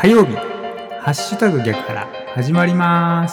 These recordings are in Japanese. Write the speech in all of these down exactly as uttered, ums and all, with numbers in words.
火曜日、ハッシュタグ逆腹始まります。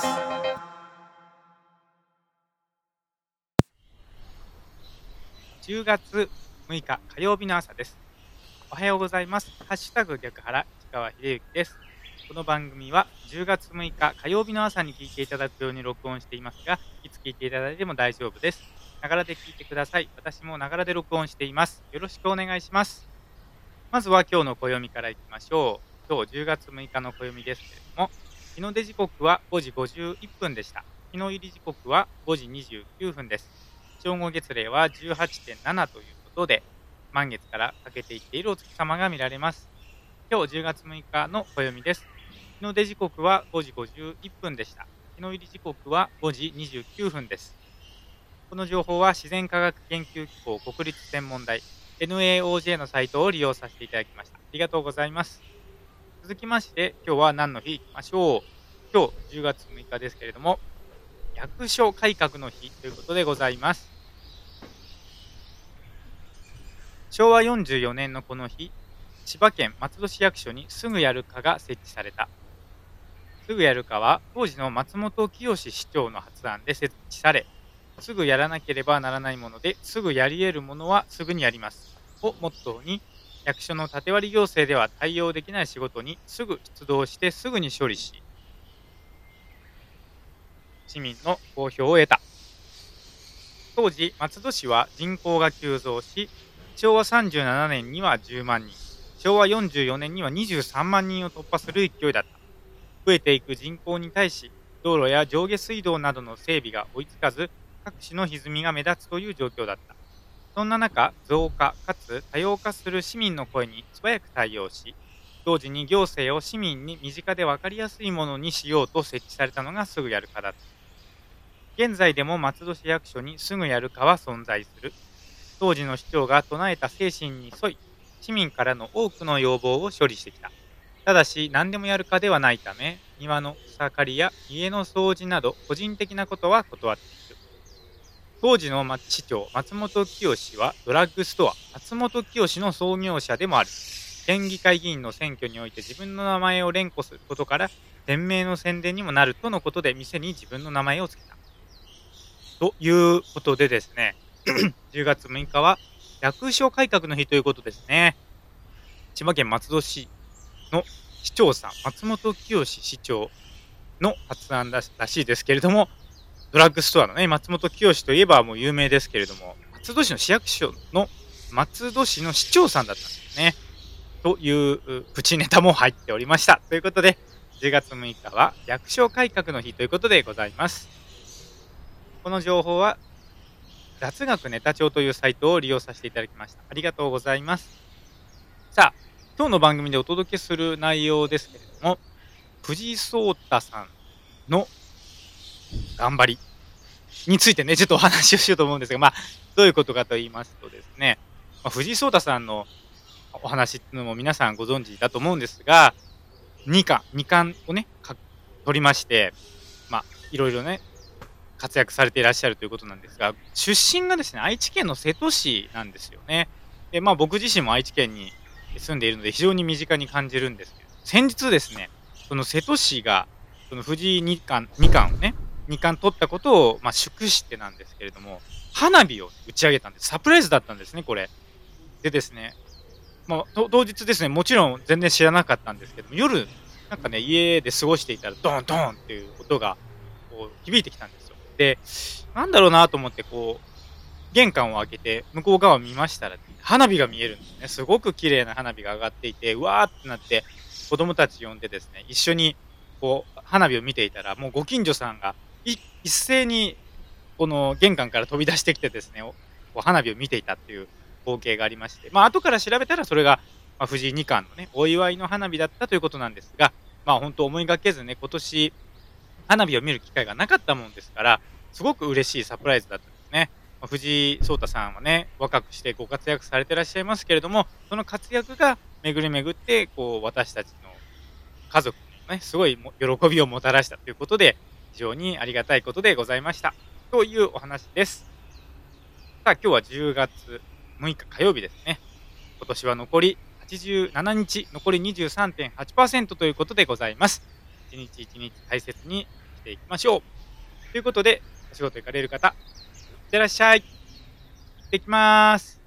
じゅうがつむいか火曜日の朝です。おはようございます。ハッシュタグ逆腹、市川秀幸です。この番組はじゅうがつむいか火曜日の朝に聞いていただくように録音していますが、いつ聞いていただいても大丈夫です。ながらで聞いてください。私もながらで録音しています。よろしくお願いします。まずは今日の暦からいきましょう。今日じゅうがつむいかの暦ですけれども、日の出時刻はごじごじゅういっぷんでした。日の入り時刻はごじにじゅうきゅうふんです。正午月齢は じゅうはちてんなな ということで、満月から欠けていっているお月様が見られます。今日じゅうがつむいかの暦です。日の出時刻はごじごじゅういっぷんでした。日の入り時刻はごじにじゅうきゅうふんです。この情報は自然科学研究機構国立天文台 エヌエーオージェー のサイトを利用させていただきました。ありがとうございます。続きまして、今日は何の日いきましょう。今日じゅうがつむいかですけれども、役所改革の日ということでございます。しょうわよんじゅうよねんのこの日、千葉県松戸市役所にすぐやる課が設置された。すぐやる課は当時の松本清市長の発案で設置され、すぐやらなければならないものですぐやり得るものはすぐにやりますをモットーに、役所の縦割り行政では対応できない仕事にすぐ出動してすぐに処理し、市民の好評を得た。当時松戸市は人口が急増し、しょうわさんじゅうななねんにはじゅうまんにん、しょうわよんじゅうよねんにはにじゅうさんまんにんを突破する勢いだった。増えていく人口に対し、道路や上下水道などの整備が追いつかず、各地の歪みが目立つという状況だった。そんな中、増加かつ多様化する市民の声に素早く対応し、同時に行政を市民に身近で分かりやすいものにしようと設置されたのがすぐやる課だった。現在でも松戸市役所にすぐやる課は存在する。当時の市長が唱えた精神に沿い、市民からの多くの要望を処理してきた。ただし、何でもやる課ではないため、庭の草刈りや家の掃除など個人的なことは断っている。当時の市長、松本清はドラッグストア、松本清の創業者でもある。県議会議員の選挙において自分の名前を連呼することから、店名の宣伝にもなるとのことで店に自分の名前を付けた。ということでですね、じゅうがつむいかは役所改革の日ということですね。千葉県松戸市の市長さん、松本清市長の発案らしいですけれども、ドラッグストアのね、松本清といえばもう有名ですけれども、松戸市の市役所の松戸市の市長さんだったんですね。というプチネタも入っておりました。ということで、じゅうがつむいかは役所改革の日ということでございます。この情報は雑学ネタ帳というサイトを利用させていただきました。ありがとうございます。さあ、今日の番組でお届けする内容ですけれども、藤井聡太さんの頑張りについてね、ちょっとお話をしようと思うんですが、まあ、どういうことかと言いますとですね、まあ、藤井聡太さんのお話っていうのも皆さんご存知だと思うんですが、にかん、にかんをね、か取りまして、まあ、いろいろね、活躍されていらっしゃるということなんですが、出身がですね、愛知県の瀬戸市なんですよね。で、まあ、僕自身も愛知県に住んでいるので、非常に身近に感じるんですけど、先日ですね、その瀬戸市が、その藤井二冠二冠をね、二冠取ったことを、まあ、祝してなんですけれども、花火を打ち上げたんです。サプライズだったんですね、これ。でですね、まあ、と当日ですね、もちろん全然知らなかったんですけども、夜、なんかね、家で過ごしていたら、ドンドンっていう音が、こう、響いてきたんですよ。で、なんだろうなと思って、こう、玄関を開けて、向こう側を見ましたら、花火が見えるんですね。すごく綺麗な花火が上がっていて、うわーってなって、子供たち呼んでですね、一緒に、こう、花火を見ていたら、もうご近所さんが、い一斉に、この玄関から飛び出してきてですね、おこう花火を見ていたっていう光景がありまして、まあ、後から調べたらそれが、まあ、藤井二冠のね、お祝いの花火だったということなんですが、まあ、本当思いがけずね、今年、花火を見る機会がなかったもんですから、すごく嬉しいサプライズだったんですね。まあ、藤井聡太さんはね、若くしてご活躍されてらっしゃいますけれども、その活躍が巡り巡って、こう、私たちの家族にもね、すごいも喜びをもたらしたということで、非常にありがたいことでございました。というお話です。さあ、今日はじゅうがつむいか火曜日ですね。今年は残りはちじゅうしちにち、残り にじゅうさんてんはちパーセント ということでございます。一日一日大切にしていきましょう。ということで、お仕事行かれる方、いってらっしゃい。行ってきます。